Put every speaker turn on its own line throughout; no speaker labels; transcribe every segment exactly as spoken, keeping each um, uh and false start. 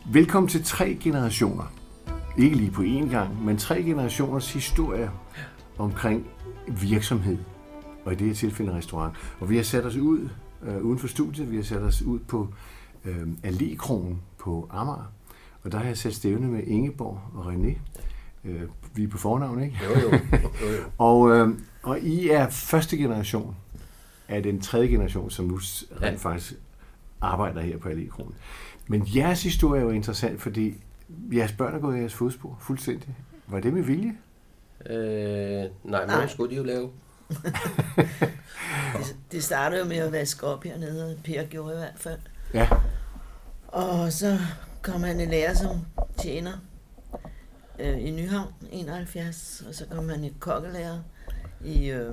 Velkommen til tre generationer. Ikke lige på én gang, men tre generationers historie omkring virksomhed. Og i det her tilfælde en restaurant. Og vi har sat os ud øh, uden for studiet. Vi har sat os ud på øh, Allé-kronen på Amager. Og der har jeg sat stævne med Ingeborg og René. Øh, vi er på fornavn, ikke?
Jo, jo. jo, jo.
og, øh, og I er første generation af den tredje generation, som nu rent ja. faktisk arbejder her på Allé-kronen. Men jeres historie er jo interessant, fordi jeres børn er gået i jeres fodspor fuldstændig. Var det med vilje?
Øh, nej, men det skulle de jo lave.
det, det startede jo med at vaske op hernede, og Per gjorde i hvert fald.
Ja.
Og så kom han i lære som tjener øh, i Nyhavn, enoghalvfjerds, og så kom han i kokkelærer i øh,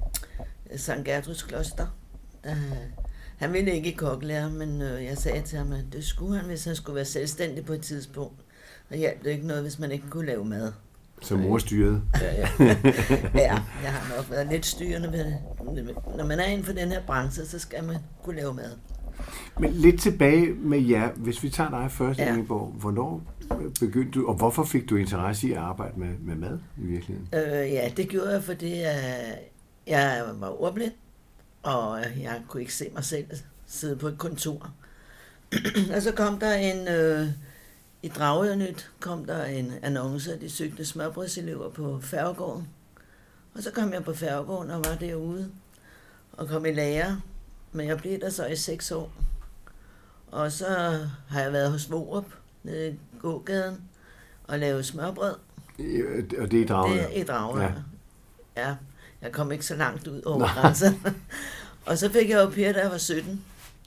Sankt Gertruds Kloster. Der, han ville ikke i kokkelærer, men øh, jeg sagde til ham, at det skulle han, hvis han skulle være selvstændig på et tidspunkt. Og hjalp det ikke noget, hvis man ikke kunne lave mad.
Så mor styrede.
Ja, ja.
ja, jeg har nok været lidt styrende ved det. Når man er inden for den her branche, så skal man kunne lave mad.
Men lidt tilbage med jer. Hvis vi tager dig først, ja. Ingeborg. Hvornår begyndte du, og hvorfor fik du interesse i at arbejde med, med mad i virkeligheden?
Øh, ja, det gjorde jeg, fordi jeg, jeg var ordblind, og jeg kunne ikke se mig selv sidde på et kontor. Og så kom der en... Øh, I Dragørnyt kom der en annonce, at de søgte smørbrødselever på Færgegården. Og så kom jeg på Færgegården og var derude og kom i lære. Men jeg blev der så i seks år. Og så har jeg været hos Vorup nede i gågaden og lavet smørbrød.
Og det er i Dragør?
Det er i Dragør. Ja. ja. Jeg kom ikke så langt ud over grænsen. Og så fik jeg jo Per, da jeg var sytten.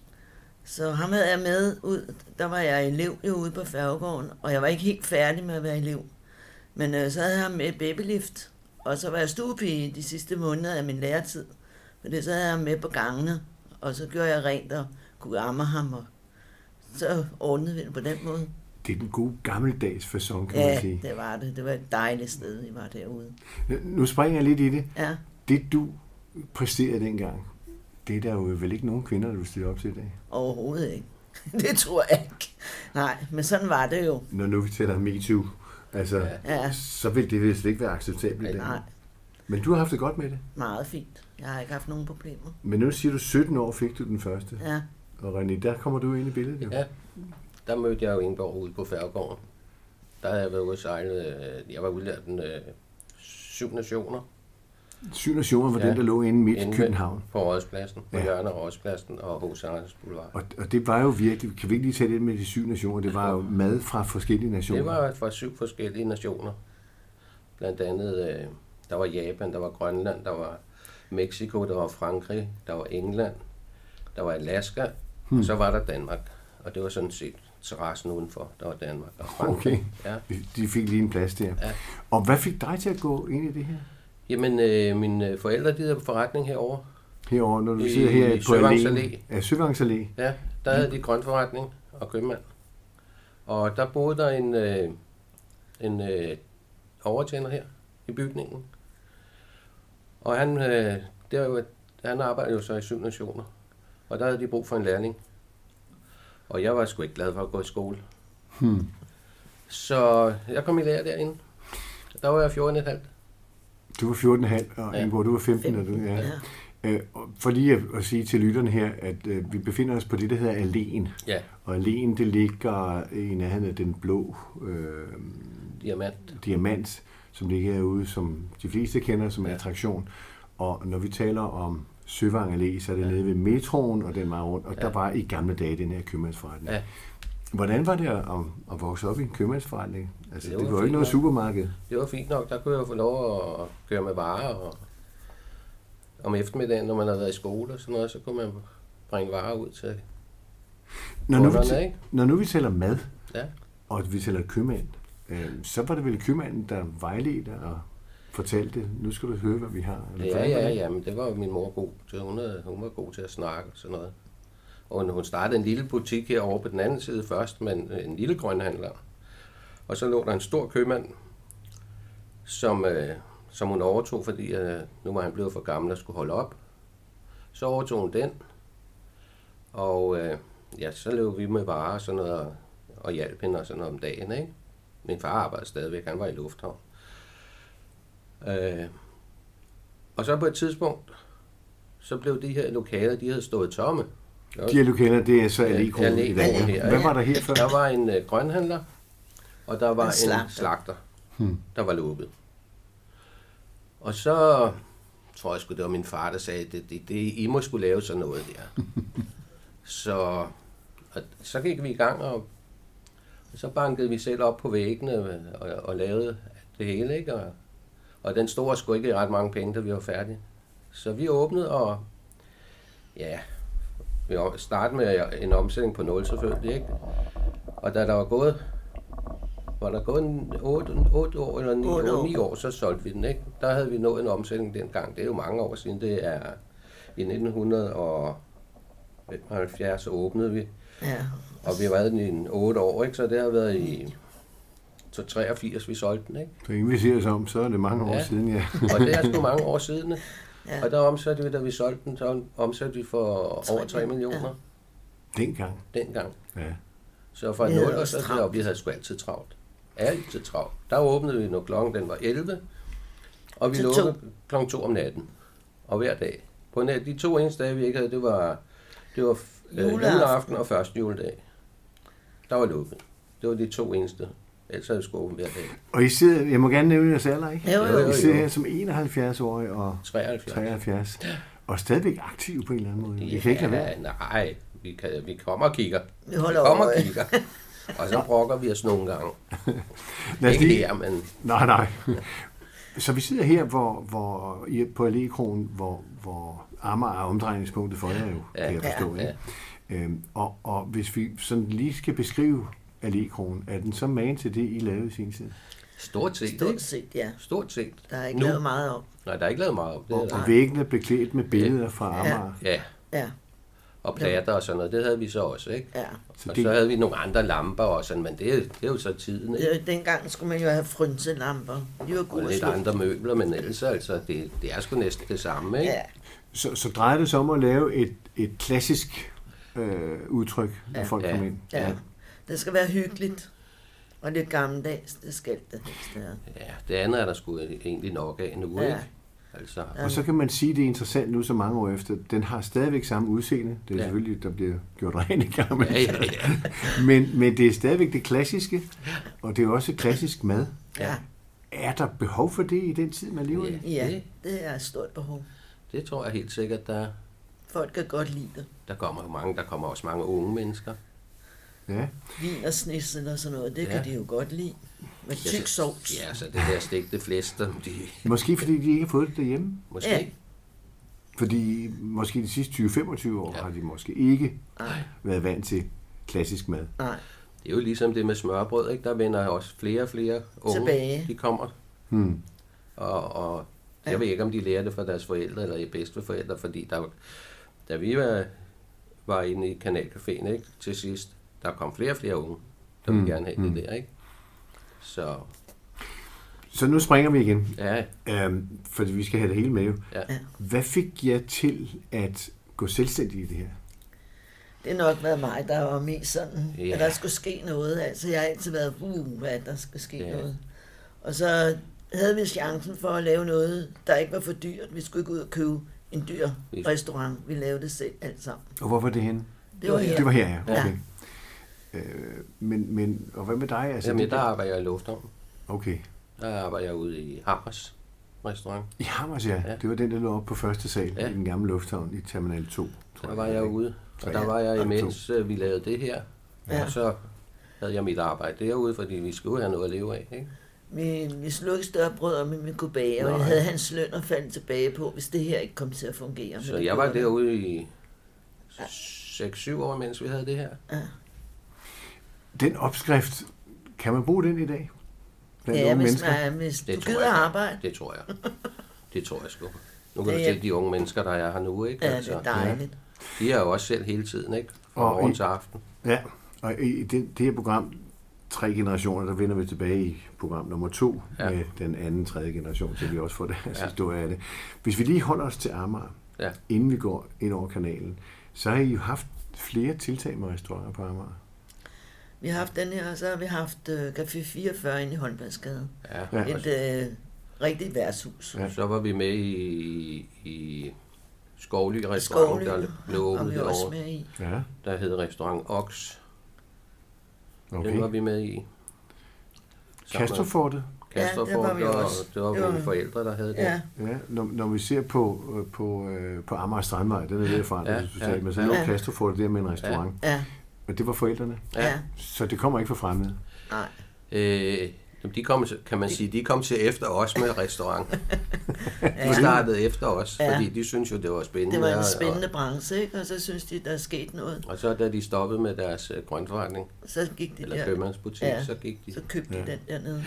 Så ham havde jeg med ud, der var jeg elev ude på Færgegården, og jeg var ikke helt færdig med at være elev. Men øh, så havde jeg ham med babylift, og så var jeg stuepige de sidste måneder af min læretid. For det så havde jeg ham med på gangene, og så gjorde jeg rent og kunne amme ham, og så ordnede vi det på den måde.
Det er den gode gammeldags facon, kan
ja,
man sige.
Ja, det var det. Det var et dejligt sted, vi var derude.
Nu springer jeg lidt i det.
Ja.
Det du præsterede dengang, det er der jo vel ikke nogen kvinder, der vil stille op til i dag?
Overhovedet ikke. Det tror jeg ikke. Nej, men sådan var det jo.
Når nu vi tæller MeToo, altså,
ja.
så vil det vist ikke være acceptabelt i dag.
Nej.
Men du har haft det godt med det?
Meget fint. Jeg har ikke haft nogen problemer.
Men nu siger du, sytten år fik du den første.
Ja.
Og René, der kommer du ind i billedet, jo.
Ja, der mødte jeg jo Ingeborg ude på Færgegården. Der havde jeg været ude at sejle. Jeg var udlært den øh, syv nationer.
Syv nationer var ja, den, der lå inde midt i København.
På Rådhuspladsen, på ja. hjørnet af Rådhuspladsen og H C. Andersens Boulevard.
Og, og det var jo virkelig, kan vi ikke lige tage det med de syv nationer, det var jo mad fra forskellige nationer.
Det var fra syv forskellige nationer. Blandt andet, øh, der var Japan, der var Grønland, der var Mexico, der var Frankrig, der var England, der var Alaska, hmm. og så var der Danmark. Og det var sådan set terrassen udenfor, der var Danmark og Frankrig.
Okay,
ja.
De fik lige en plads der. Ja. Og hvad fik dig til at gå ind i det her?
Jamen, øh, mine forældre, de havde forretning herovre.
Herovre, når du I, sidder her på
Søvangs Allé.
Ja, Søvangs Allé.
Ja, der havde de grøntforretning og købmand. Og der boede der en, øh, en øh, overtjener her i bygningen. Og han, øh, der jo, han arbejdede jo så i syv nationer. Og der havde de brug for en lærling. Og jeg var sgu ikke glad for at gå i skole.
Hmm.
Så jeg kom i lære derinde. Der var jeg fjorten komma fem.
Du var fjorten komma fem, og ja. Ingeborg, du var femten. femten. Ja. Ja. Øh, for lige at, at sige til lytterne her, at øh, vi befinder os på det, der hedder Alléen.
Ja.
Og Alléen, det ligger i nærheden af den blå øh,
diamant.
diamant, som ligger herude, som de fleste kender som ja. attraktion. Og når vi taler om Søvang Allé, så er det ja. nede ved metroen, og den var rundt, og ja. der var i gamle dage den her købmandsforretning. Ja. Hvordan var det at, at vokse op i en købmandsforretning? Altså, det var, det var jo ikke noget nok. Supermarked.
Det var fint nok. Der kunne jeg jo få lov at køre med varer. Og om eftermiddagen, når man havde været i skole og sådan noget, så kunne man bringe varer ud til
når nu, vi tæ- når nu vi tæller mad,
ja.
og vi tæller købmand, øh, så var det vel købmanden, der vejledte og fortalte, nu skal du høre, hvad vi har.
Eller ja, ja, ja, men det var jo min mor god til. Hun, havde, hun var god til at snakke og sådan noget. Og hun startede en lille butik herovre på den anden side først, men en lille grønhandler. Og så lå der en stor købmand, som, øh, som hun overtog, fordi øh, nu var han blevet for gammel og skulle holde op. Så overtog hun den, og øh, ja, så løb vi med varer og sådan noget, og, og hjalp hende og sådan noget om dagen, ikke? Min far arbejdede stadigvæk, han var i lufthavn. Øh, og så på et tidspunkt, så blev de her lokaler, de havde stået tomme.
De her lokaler, det er så
Ja,
Allégkronen i dag.
Allégkronen her,
Hvad
ja.
var der her før?
Der var en øh, grønhandler, og der var
En
en
slagter.
slagter, slagter
Hmm.
der var lukket. Og så tror jeg sgu, det var min far, der sagde, det, det, det I må skulle lave sådan noget der. så, og, så gik vi i gang, og, og så bankede vi selv op på væggene og, og lavede det hele, ikke? Og, og den store skulle ikke ret mange penge, da vi var færdige. Så vi åbnede, og ja, vi startede med en omsætning på nul selvfølgelig, ikke? Og da der var gået, var der gået en otte, otte år eller ni
Otte
år,
år.
ni år, så solgte vi den, ikke? Der havde vi nået en omsætning dengang. Det er jo mange år siden. Det er i nitten femoghalvfjerds åbnede vi,
Ja.
og vi har været den i en otte år, ikke? Så det har været i så treogfirs, vi solgte den, ikke?
Så inden vi siger os om, så er det mange år
Ja.
siden, ja.
Og det er sgu mange år siden.
Ja.
Og der omsatte vi, da vi solgte den, så omsatte vi for over tre millioner
Dengang.
dengang.
Ja.
Så fra
Vi havde
nul og
også
så
travlt.
og vi havde sgu altid travlt. Altid travlt. Der åbnede vi, når klokken den var elleve, og vi
Til
lukkede
to.
klokken to om natten. Og hver dag. På nat, de to eneste dage, vi ikke havde, det var, det var øh,
Juleaften.
juleaften og første juledag. Der var lukket. Det var de to eneste. Ellers havde vi sgu åbent hver dag.
Og I sidder, jeg må gerne nævne jeres alder, ikke?
Jo, jo,
jo.
I sidder her som enoghalvfjerds-årig og
treoghalvfjerds.
treoghalvfjerds. Og stadigvæk aktiv på en eller anden måde. Vi kan ikke lade være.
Ja, nej, vi, kan, vi kommer og kigger.
Vi holder
Vi kommer og
øje.
kigger. Og så brokker vi os nogle gange.
Lad os
Ikke
lige...
her, men
Nej, nej. Så vi sidder her hvor, hvor, i- på Allégkronen, hvor, hvor Amager er omdrejningspunktet for jer jo,
Ja,
kan jeg forstå.
ja,
Ja, Øhm, og, og hvis vi sådan lige skal beskrive Allégkronen, er den så magen til det, I lavede i sin tid?
stort set,
Stort
ikke?
set, ja.
Stort set.
Der er ikke
Nu.
lavet meget om.
Nej, der er ikke lavet meget om det.
Og,
er der.
og væggene blev klædt med billeder fra Amager.
Ja,
Ja,
og plader og sådan noget, det havde vi så også, ikke?
ja.
Så
Og
det-
så havde vi nogle andre lamper og sådan, men det, er- det er jo så tiden, ikke?
Det, dengang skulle man jo have frynselamper. De var
Og
gode at
lidt
slå.
andre møbler, men ellers altså, det, det er sgu næsten det samme, ikke?
Ja,
Så, så drejer det sig om at lave et, et klassisk øh, udtryk, når
Ja.
folk
Ja.
kommer ind.
ja. Det skal være hyggeligt. Og lidt gammeldags, det skal det helst være.
Ja, det andet er der sgu egentlig nok af nu,
Ja.
ikke? Altså,
Og så kan man sige, at det er interessant nu så mange år efter. Den har stadigvæk samme udseende. Det er
Ja.
selvfølgelig, der bliver gjort rent i gammel.
ja, ja, ja.
Men, men det er stadigvæk det klassiske, og det er også klassisk mad.
Ja,
Er der behov for det i den tid, man lever i?
ja,
Det-
det er et stort behov.
Det tror jeg helt sikkert, der,
Folk kan godt lide det.
der kommer jo mange, der kommer også mange unge mennesker.
Ja.
Vin og snitsel og sådan noget, det
Ja.
kan de jo godt lide. Med tyk sovs.
Ja, så det der stegte flæsk, de
Måske fordi de ikke har fået det derhjemme.
måske
Ja.
ikke.
Fordi måske de sidste tyve til femogtyve år
Ja.
ja. har de måske ikke
Nej,
været vant til klassisk mad.
nej.
Det er jo ligesom det med smørbrød, ikke? Der vender også flere og flere unge.
Tilbage.
De kommer,
Hmm.
og, og jeg
Ja.
ved ikke, om de lærer det fra deres forældre eller i bedsteforældre, fordi der, da vi var, var inde i Kanalcaféen, ikke? Til sidst, der kom flere og flere unge, der ville
Mm,
gerne have
mm.
det der, ikke? Så
Så nu springer vi igen,
ja,
øhm, fordi vi skal have det hele med jo.
ja.
Ja.
Hvad fik jer til at gå selvstændig i det her?
Det har nok været mig, der var mest sådan,
Ja.
at der skulle ske noget. Altså, jeg har altid været, uh, hvad der skal ske
Ja.
noget. Og så havde vi chancen for at lave noget, der ikke var for dyrt. Vi skulle ikke ud og købe en dyr
Vi-
restaurant. Vi lavede det selv alt sammen.
Og hvor var det henne?
Det var her.
Det var her, ja.
Ja.
Okay. Øh, men, men, og hvad med dig? Altså,
Jamen,
det
der arbejder jeg i lufthavnen.
Okay.
Der arbejder jeg ude i Hammers restaurant.
I Hammers, ja.
Ja.
Det var den, der lå oppe på første sal
Ja.
i den gamle lufthavn i Terminal to. tror
Der var jeg ude,
Så
og
ja.
der var jeg
Ja,
imens øh, vi lavede det her.
Ja.
Og så havde jeg mit arbejde derude, fordi vi skulle have noget at leve af, ikke?
Vi, vi slog ikke større brød, men vi kunne bage, og
Nej.
jeg havde hans løn at falde tilbage på, hvis det her ikke kom til at fungere. Men
Så
det
jeg var
gjorde det.
derude i seks syv år, mens vi havde det her.
Ja,
Den opskrift, kan man bruge den i dag? Blandt
ja
unge
hvis,
mennesker?
man, hvis
Det
du
tror
gider
jeg.
arbejde.
Det tror jeg. Det tror jeg sgu. Nu kan
Det
du
er-
se de unge mennesker, der er her nu, ikke?
Ja, det er dejligt.
De er jo også selv hele tiden, ikke? Fra
Og
morgen
i-
til aften.
Ja, og i det, det her program, Tre Generationer, der vender vi tilbage i program nummer to,
Ja.
ja. med den anden, tredje generation, så vi også får deres
Ja.
ja. historie af det. Hvis vi lige holder os til Amager,
Ja.
inden vi går ind over kanalen, så har I jo haft flere tiltag med restauranter på Amager.
Vi har haft den her, og så har vi haft uh, Café fireogfyrre inde i Holmbergsgade.
Ja.
Ja.
Et uh, rigtigt værtshus.
Ja.
Så var vi med i, i Skovly restaurant,
Skovly
der blev
var
åbnet
vi også
derovre.
med i.
Ja,
Der hed restaurant Ox.
okay.
Den var vi med i.
Kastrup-fortet.
Kastrup,
Ja, der var vi
og
også.
det var
Det var-
mine forældre, der havde det.
Ja,
Ja, når, når vi ser på, øh, på, øh, på Amager Strandvej, den er ved at forandre
Ja,
sig
ja,
totalt, men så
ja.
lå
Ja.
Kastrup-fortet der med en restaurant.
ja,
Og det var forældrene.
ja.
Ja.
Så det kommer ikke fra fremmede.
Nej.
Øh, de kom, kan man sige, de kom til efter os med restaurant. De
Ja.
startede efter os,
Ja.
fordi de synes jo, det var spændende.
Det var en
og-
spændende branche, ikke? Og så synes de, der er sket noget.
Og så da de stoppede med deres øh, grøntforretning,
Så gik de
eller
der,
købmandsbutik,
Ja.
så gik de.
så købte
Ja.
de den dernede.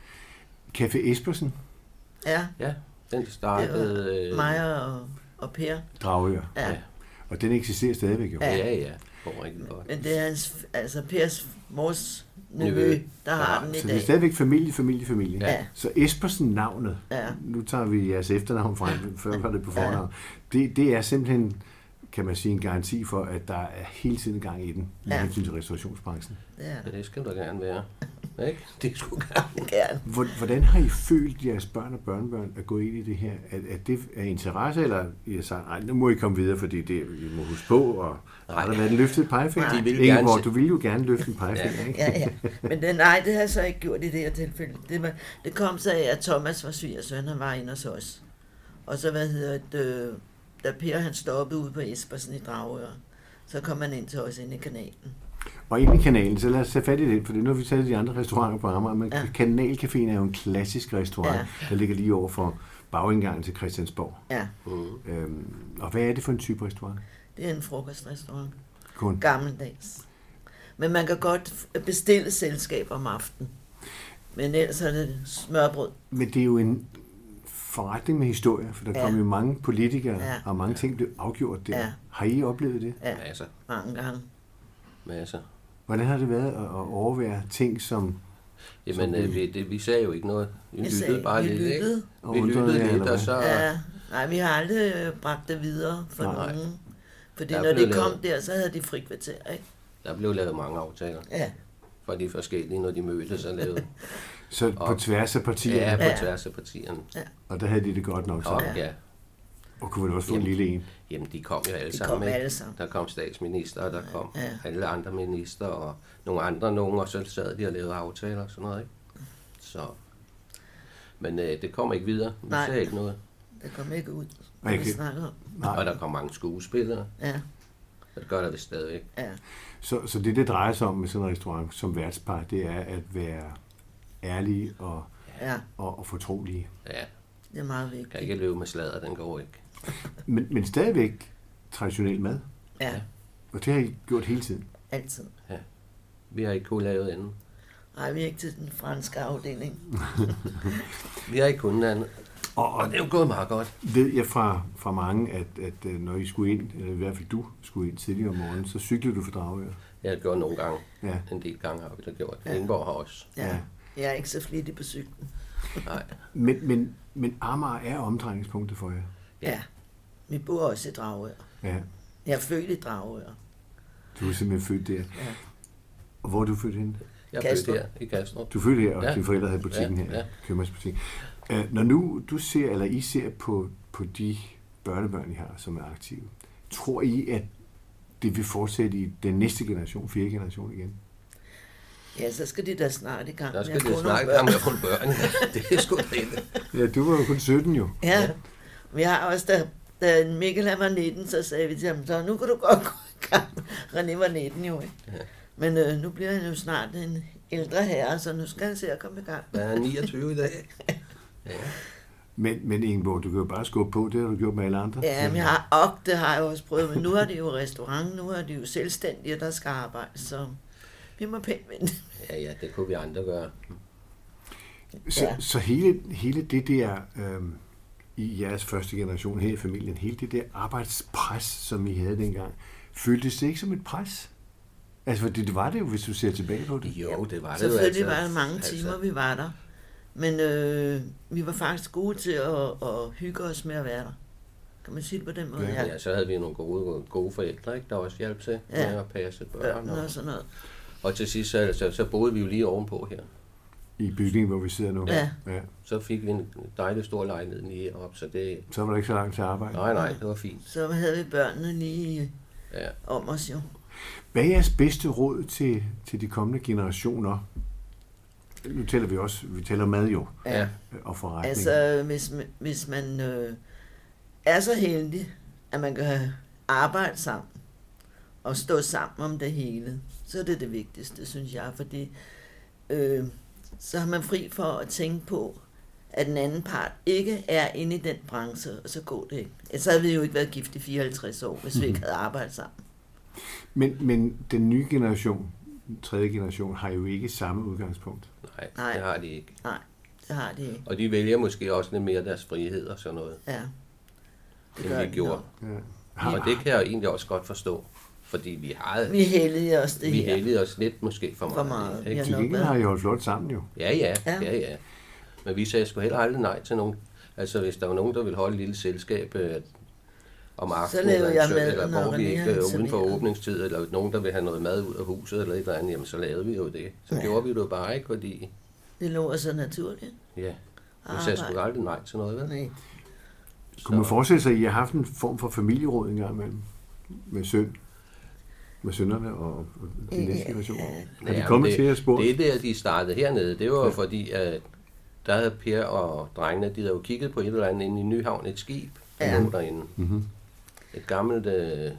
Café Espersen,
Ja,
Ja, den
det
startede...
var
øh,
mig og, og Per.
Dragør.
Ja.
Ja.
Og den eksisterer stadigvæk jo.
Ja.
Ja, ja, går rigtig godt.
Men det er hans, altså Pers mors nevø,
Nevø.
der har
Ja,
den i
Så det er
dag.
stadigvæk familie, familie, familie.
Ja.
Så Espersen-navnet,
Ja.
nu tager vi jeres efternavn frem, før var det på fornavn, det, det er simpelthen, kan man sige, en garanti for, at der er hele tiden gang i den, med
Ja.
hensyn til restaurationsbranchen.
Det er
Ja, det skal der gerne være. Ikke? Det skulle gerne.
det gerne.
Hvor- Hvordan har I følt jeres børn og børnebørn at gå ind i det her? Er, er det af interesse, eller I har sagt, nej, nu må I komme videre, fordi det I må huske på, og har der været en løftet pegefinger?
De ville
Ingeborg,
gerne se-
du ville jo gerne løfte en pegefinger, ikke?
Ja, ja. Men det, nej, det har jeg så ikke gjort i det her tilfælde. Det, var, det kom så af, at Thomas var svigersøn, han var inde hos os. Og så, hvad hedder det, øh, da Per han stoppede ude på Espersen i Dragør, så kom han ind til os inde i kanalen.
Og ind i kanalen, så lad os tage fat i det, for nu har vi taget de andre restauranter på Amager, men
Ja.
ja. Kanalcaféen er jo en klassisk restaurant,
Ja.
der ligger lige over for bagindgangen til Christiansborg.
Ja,
Mm.
Øhm, og hvad er det for en type restaurant?
det er en frokostrestaurant.
Kun.
Gammeldags. Men man kan godt bestille selskab om aftenen. Men ellers er det smørbrød.
Men det er jo en forretning med historie, for der
Ja.
ja. kom jo mange politikere,
Ja.
ja. og mange ting blev afgjort der.
Ja.
Ja. Har I oplevet det?
Ja,
Masser.
mange gange.
Masser.
Hvordan har det været at, at overvære ting som...
Jamen,
som
øh, vi, det, vi sagde jo ikke noget. Vi
Jeg
lyttede
sagde,
bare
vi
lidt, ikke?
lyttede.
Og
Vi
undrede
lyttede
jer,
lidt,
eller
og
hvad?
så...
Ja, nej, vi har aldrig øh, bragt det videre for
Nej.
nogen. Fordi
Der
når
blev
de kom
lavet-
der, så havde de frikvarter, ikke?
Der blev lavet mange aftaler
Ja,
fra de forskellige, når de mødtes og lavede.
Så på
Og-
tværs af partierne,
Ja, på
Ja.
tværs af partierne.
og der havde de det godt nok
Og,
sammen.
ja.
Og kunne vel også få en
Jamen.
lille en.
Jamen, de kom jo alle
de
sammen.
kom
ikke?
alle sammen.
Der kom statsminister, og der kom
Ja.
alle andre minister, og nogle andre nogen, og så sad de og lavede aftaler og sådan noget, ikke? Så... Men øh, det kommer ikke videre. Vi
Nej.
sagde ikke noget.
Det kom ikke ud,
Og
hvad
jeg
vi
kan-
snakker om.
Nej.
Og der kom mange skuespillere,
Ja,
og det gør der vist stadigvæk.
ja,
Så, så det, det drejer sig om med sådan en restaurant som værtspar, det er at være ærlige og,
ja,
og, og fortrolige.
Ja,
det er meget
kan
vigtigt.
ikke løbe med sladder, den går ikke.
Men, men stadigvæk traditionel mad.
Ja,
Og det har I gjort hele tiden.
altid.
Vi har ikke kunnet lave det andet.
Nej, vi er ikke til den franske afdeling.
Vi har ikke kunnet andet.
Og,
Og
og
det er jo gået meget godt.
ved jeg fra, fra mange, at, at øh, når I skulle ind, eller i hvert fald du skulle ind tidligere om morgenen, så cyklede du fra Dragør.
Jeg har gjort nogle gange.
Ja.
En del gange har vi da gjort.
Ja.
Ingeborg har også.
Ja,
Ja.
jeg er ikke så flittig på cyklen.
Nej.
Men, men, men Amager er omdrejningspunktet for jer.
Ja, vi bor også i Dragør.
Ja.
Jeg er født i Dragør.
Du er simpelthen født der.
Ja.
Og hvor er du født henne?
Jeg er født
Kastrup.
her i Kastrup.
Du er født her, og
Ja.
dine forældre havde butikken
Ja,
her,
ja.
købmandsbutik. Uh, når nu du ser, eller I ser på, på de børnebørn, I har, som er aktive, tror I, at det vil fortsætte i den næste generation, fjerde generation igen?
Ja, så skal de da snart i gang
Der
med
skal
at
det
få nogle
snakke
børn.
om at få børn. Det er sgu da ikke.
Ja, du var jo kun sytten jo.
Ja, vi har også, da, da Mikkel han var nitten, så sagde vi til ham, så nu kan du godt gå i gang. René var nitten jo, ikke?
Ja.
Men øh, nu bliver han jo snart en ældre herre, så nu skal han se at komme i gang.
Der er niogtyve i dag. Ja.
Men, men Ingeborg, du kan jo bare skubbe på, det har du gjort med alle andre.
Ja, men jeg har, og det har jeg også prøvet, men nu er det jo restaurant, nu er det jo selvstændige, der skal arbejde, så vi må pænt vente.
ja, ja, det kunne vi andre gøre.
Så,
Ja.
så hele, hele det der, øhm, i jeres første generation her i familien, hele det der arbejdspres, som I havde dengang, føltes det ikke som et pres? Altså, fordi det var det jo, hvis du ser tilbage på det.
Jo, det var det jo
Selvfølgelig
altså.
var der mange timer, vi var der, men øh, vi var faktisk gode til at, at hygge os med at være der. Kan man sige det på den måde?
Ja.
Ja, så havde vi nogle gode, gode forældre, ikke, der også hjalp til
Ja.
med at passe børn.
Børn
Og,
og sådan noget.
Og til sidst, så, så, så boede vi jo lige ovenpå her.
I bygningen, hvor vi sidder nu.
Ja.
Ja.
Så fik vi en dejlig stor lejlighed lige heroppe, så det...
Så var der ikke så langt til arbejde.
Nej, nej, det var fint.
Så havde vi børnene lige
Ja.
om os jo.
Hvad er jeres bedste råd til, til de kommende generationer? Nu tæller vi også, vi tæller mad jo,
Ja.
og forretning.
Altså, hvis, hvis man øh, er så heldig, at man kan arbejde sammen og stå sammen om det hele, så er det det vigtigste, synes jeg, fordi øh, så har man fri for at tænke på, at den anden part ikke er inde i den branche, og så går det ikke. Ellers havde vi jo ikke været gift i fireoghalvtreds år, hvis vi ikke havde arbejdet sammen.
Men, men den nye generation, den tredje generation, har jo ikke samme udgangspunkt.
Nej,
Nej.
det har de ikke.
Nej, det har de ikke.
Og de vælger måske også lidt mere deres frihed og sådan noget,
Ja, det
end
gør
vi
de
gjorde.
nok.
Ja.
Og
Har,
det kan jeg egentlig også godt forstå, fordi vi har
Vi heldige os det
vi
her.
heldigede os lidt måske for meget.
For meget,
Ikke?
ja.
til gengæld har I holdt flot sammen jo.
Ja, ja,
Ja.
ja, ja. Men vi sagde sgu heller aldrig nej til nogen. Altså, hvis der var nogen, der ville holde et lille selskab øh, om aftenen,
lavede
eller,
jeg
en søndag,
maden,
eller
og
hvor vi
René
ikke
havde
øh, uden for
serveret.
åbningstid, eller nogen, der ville have noget mad ud af huset, eller et eller andet, jamen så lavede vi jo det. Så
Ja.
gjorde vi det jo bare ikke, fordi,
Det lå så naturligt.
ja, vi sagde sgu
Arbejde.
aldrig nej til noget, vel?
Nej.
Kunne man forestille sig, at I har haft en form for familieråd engang imellem? Med søn? Med sønnerne og, og de næste generationer? Er de
Ja,
kommet
det,
til at spurgt?
Det der, de startede hernede, det var jo
Ja.
fordi, at der havde Per og drengene, de havde jo kigget på et eller andet inde i Nyhavn, et skib, der
Ja.
lå derinde.
Mm-hmm.
Et gammelt... Øh,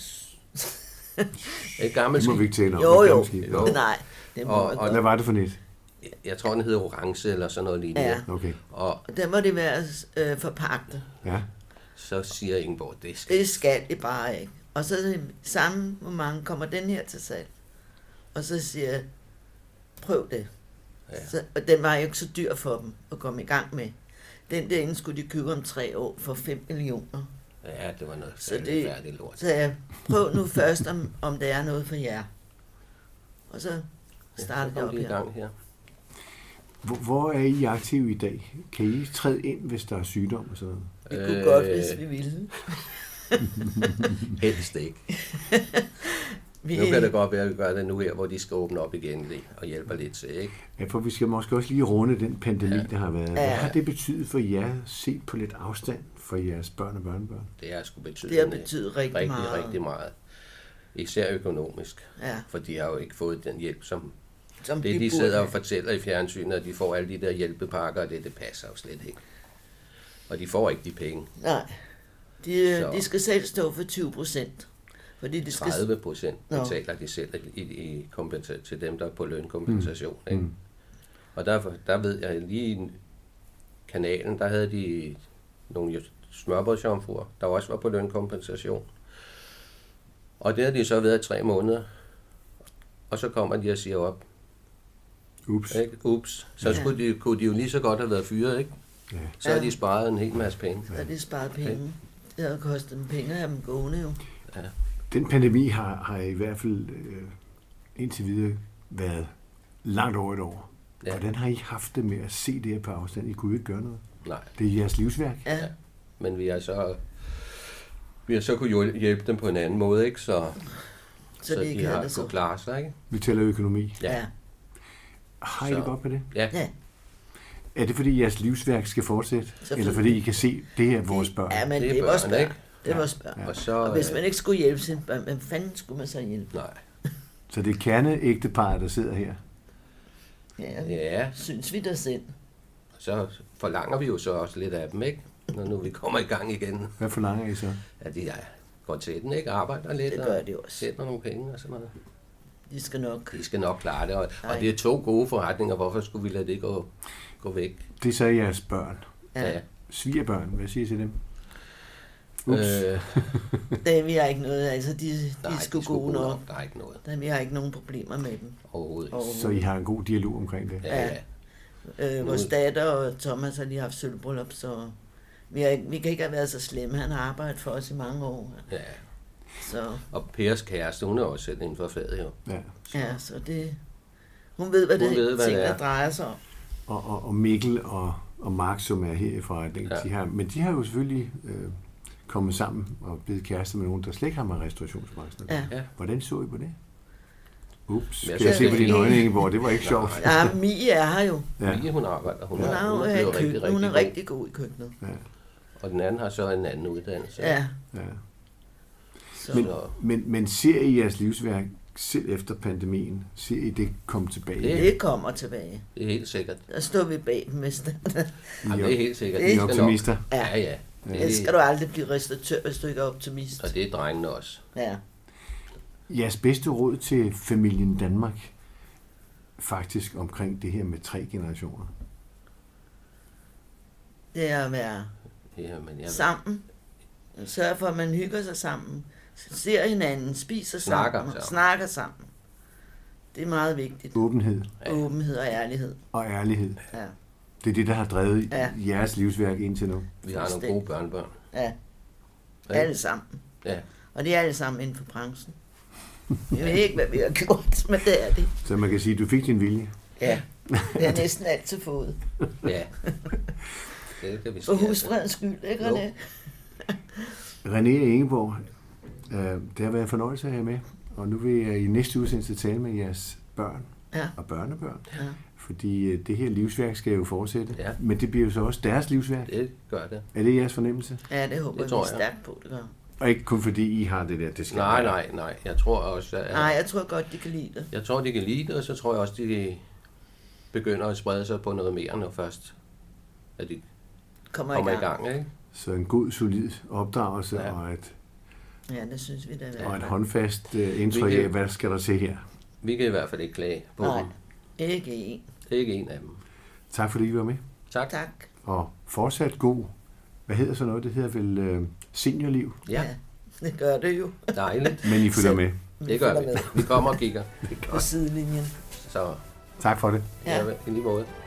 et gammelt
Det må
skib.
vi ikke tale om.
Jo,
Det er
jo.
gammelt skib.
Jo.
Nej, det må
Og-
man
og
godt.
Hvad var det for net?
Jeg tror, den hedder Orange eller sådan noget lignende.
Ja.
Okay.
Og
Og der må det være øh, forpagtet.
Ja.
så siger Ingeborg, det skal...
Det skal det bare ikke. Og så er det samme, hvor mange kommer den her til salg. Og så siger jeg, prøv det.
Ja.
Så, og den var jo ikke så dyr for dem at komme i gang med. Den derinde skulle de købe om tre år for fem millioner.
Ja, det var noget
Så
færdigt,
det-
færdigt lort.
Så jeg prøv nu først, om, om det er noget for jer. Og så
Ja,
startede
så
jeg
kom
op
de i
her.
gang her.
Hvor, hvor er I aktive i dag? Kan I træde ind, hvis der er sygdom og sådan noget?
Vi kunne
Øh,
godt, hvis vi ville.
Helst ikke.
Vi,
Nu kan det godt være, at vi gør det nu her, hvor de skal åbne op igen lige, og hjælper lidt til, ikke?
Ja, for vi skal måske også lige runde den pandemi,
Ja.
der har været. Hvad
Ja.
har det betydet for jer, set på lidt afstand for jeres børn og børnebørn?
Det har sgu betydet
det har betydet rigtig,
rigtig,
meget.
rigtig meget. Især økonomisk,
Ja,
for de har jo ikke fået den hjælp, som
som
det, de
burde
sidder og
have.
fortæller i fjernsynet, at de får alle de der hjælpepakker, og det, det passer jo slet ikke. Og de får ikke de penge.
Nej, de,
Så.
de skal selv stå for tyve procent. Fordi de skal...
tredive procent
Nå.
betaler de selv i, i kompensa- til dem, der er på lønkompensation.
Mm.
Ikke?
Mm.
Og der, der ved jeg, lige i kanalen, der havde de nogle smørbrødsjomfruer, der også var på lønkompensation. Og det har de så været i tre måneder. Og så kommer de og siger op.
Ups.
Ikke? Ups. Så
Ja.
skulle de, kunne de jo lige så godt have været fyret, ikke?
Ja.
Så har
Ja.
de sparet en hel masse penge.
Så er det sparet penge. Det har kostet dem penge at have dem gående jo.
Den pandemi har, har i hvert fald øh, indtil videre været langt over et år.
Ja.
Hvordan har I haft det med at se det her på afstand? I kunne jo ikke gøre noget.
Nej,
Det er jeres livsværk.
Ja,
Ja. men vi har så vi har så kunne hjæl- hjælpe dem på en anden måde, ikke? Så,
så,
så
de
de
ikke
har
havde det så.
kunnet klare sig, ikke?
Vi tæller økonomi.
Ja.
Ja.
Har I
Så-
det godt med det?
Ja,
Ja.
Er det fordi jeres livsværk skal fortsætte? Eller fordi I kan se, det her er vores børn?
Ja, men
Det er
det er vores
børn,
børn.
ikke?
Det er
Ja.
vores børn.
Ja.
og så...
Og hvis
øh,
man ikke skulle hjælpe sine børn, hvem fanden skulle man så hjælpe?
Nej,
Så det er kerneægteparret, der sidder her.
Ja,
ja,
synes vi da selv.
så forlanger vi jo så også lidt af dem, ikke? Når nu vi kommer i gang igen.
Hvad forlanger I så?
At de ja, går til den, ikke? Arbejder lidt
Det gør
og
de også.
sætter nogle penge og sådan noget.
De skal nok.
De skal nok klare det, og,
Ej.
og det er to gode forretninger. Hvorfor skulle vi lade det gå, gå væk?
Det er så jeres børn.
Ja.
Svigerbørn, hvad siger I til dem? Ups.
Øh,
Det, vi har ikke noget, altså de, de
nej,
er sgu gode nok.
Der er ikke noget
Der, vi har ikke nogen problemer med dem.
overhovedet.
Og,
Så I har en god dialog omkring det?
Ja, ja.
øh, vores datter og Thomas har lige haft sølvbryllup, så vi, har, ikke- vi kan ikke have været så slemme. Han har arbejdet for os i mange år.
ja.
Så
Og Pers kæreste, hun er også selv inden for faget, jo.
Ja.
ja, så det... Hun ved, hvad
Hun
det,
ved, hvad
ting,
det er.
der drejer sig om.
Og, og, og Mikkel og, og Mark, som er her i forretningen,
Ja.
de har, men de har jo selvfølgelig øh, kommet sammen og blevet kærester med nogen, der slet ikke har med restaurationsbranchen.
Ja.
Ja.
Hvordan så I på det? Ups,
Jeg
kan jeg
synes,
se på
det er
dine øjne,
fint.
Ingeborg? Det var ikke sjovt.
Ja, Mie er her jo.
Ja.
Mie, hun arbejder. Hun,
Hun
er,
er jo
hun er
her i
blevet rigtig,
køkkenet. Hun er
god.
rigtig god i køkkenet.
Ja.
Og den anden har så en anden uddannelse.
Ja.
Ja.
Så.
Men,
Så-
men, men ser I jeres livsværk selv efter pandemien? Ser I det komme tilbage?
Det-
Det kommer tilbage.
Det er helt sikkert.
Der står vi bag dem, hvis det.
Jamen, det er helt sikkert.
Det er
De
I
skal nok-
optimister?
Ja, ja.
Det skal du aldrig blive restauratør, hvis du ikke er optimist.
Og det er drengene også.
Ja.
Jeres bedste råd til familien Danmark, faktisk omkring det her med tre generationer?
Det er at være
Ja, men jeg
sammen. Sørg for, at man hygger sig sammen. Ser hinanden, spiser
Snakker
sammen,
sammen.
snakker sammen. Det er meget vigtigt.
Åbenhed
Ja.
Åbenhed og ærlighed.
og ærlighed.
Ja.
Det er det, der har drevet
Ja.
jeres livsværk indtil nu.
Vi har nogle gode børnebørn.
Ja.
Ja.
Alle sammen.
Ja.
Og de er alle sammen inden for branchen. Jeg ved ikke, hvad vi har gjort, men det er det.
Så man kan sige, at du fik din vilje.
Ja. Det er næsten altid fået.
Ja. Det kan vi
For
sige.
husfredens skyld, ikke
Jo.
René?
René og Ingeborg, øh, det har været en fornøjelse at have med. Og nu vil jeg i næste udsendelse tale med jeres børn
Ja.
og børnebørn.
Ja.
Fordi øh, det her livsværk skal jo fortsætte.
Ja.
Men det bliver jo så også deres livsværk.
Det gør det.
Er det jeres fornemmelse?
Ja, det håber
Det
det vi
tror
er
jeg.
stærkt på, det gør.
Og ikke kun fordi I har det der, det skal
Nej,
være.
nej, nej. Jeg tror også, at...
Nej, jeg tror godt, de kan lide det.
Jeg tror, de kan lide det, og så tror jeg også, de begynder at sprede sig på noget mere, når først at de
Kommer,
kommer
i
i
gang.
gang. Ikke?
Så en god, solid opdragelse
Ja.
og et,
Ja, det synes vi da.
og
Ja.
et håndfast øh, indtryk
Vi kan-
af, hvad skal der til her.
Vi kan i hvert fald ikke klage på
Nej,
dem.
ikke en.
Ikke en af dem.
Tak fordi I var med.
Tak.
Tak.
Og fortsat god, hvad hedder så noget? Det hedder vel øh, seniorliv,
Ja,
det gør det jo.
dejligt.
men I følger
Selv-
med.
Det gør
følger
vi.
med
Vi kommer og kigger.
på sidelinjen.
Så
Tak for det.
Ja.
ja, i lige måde.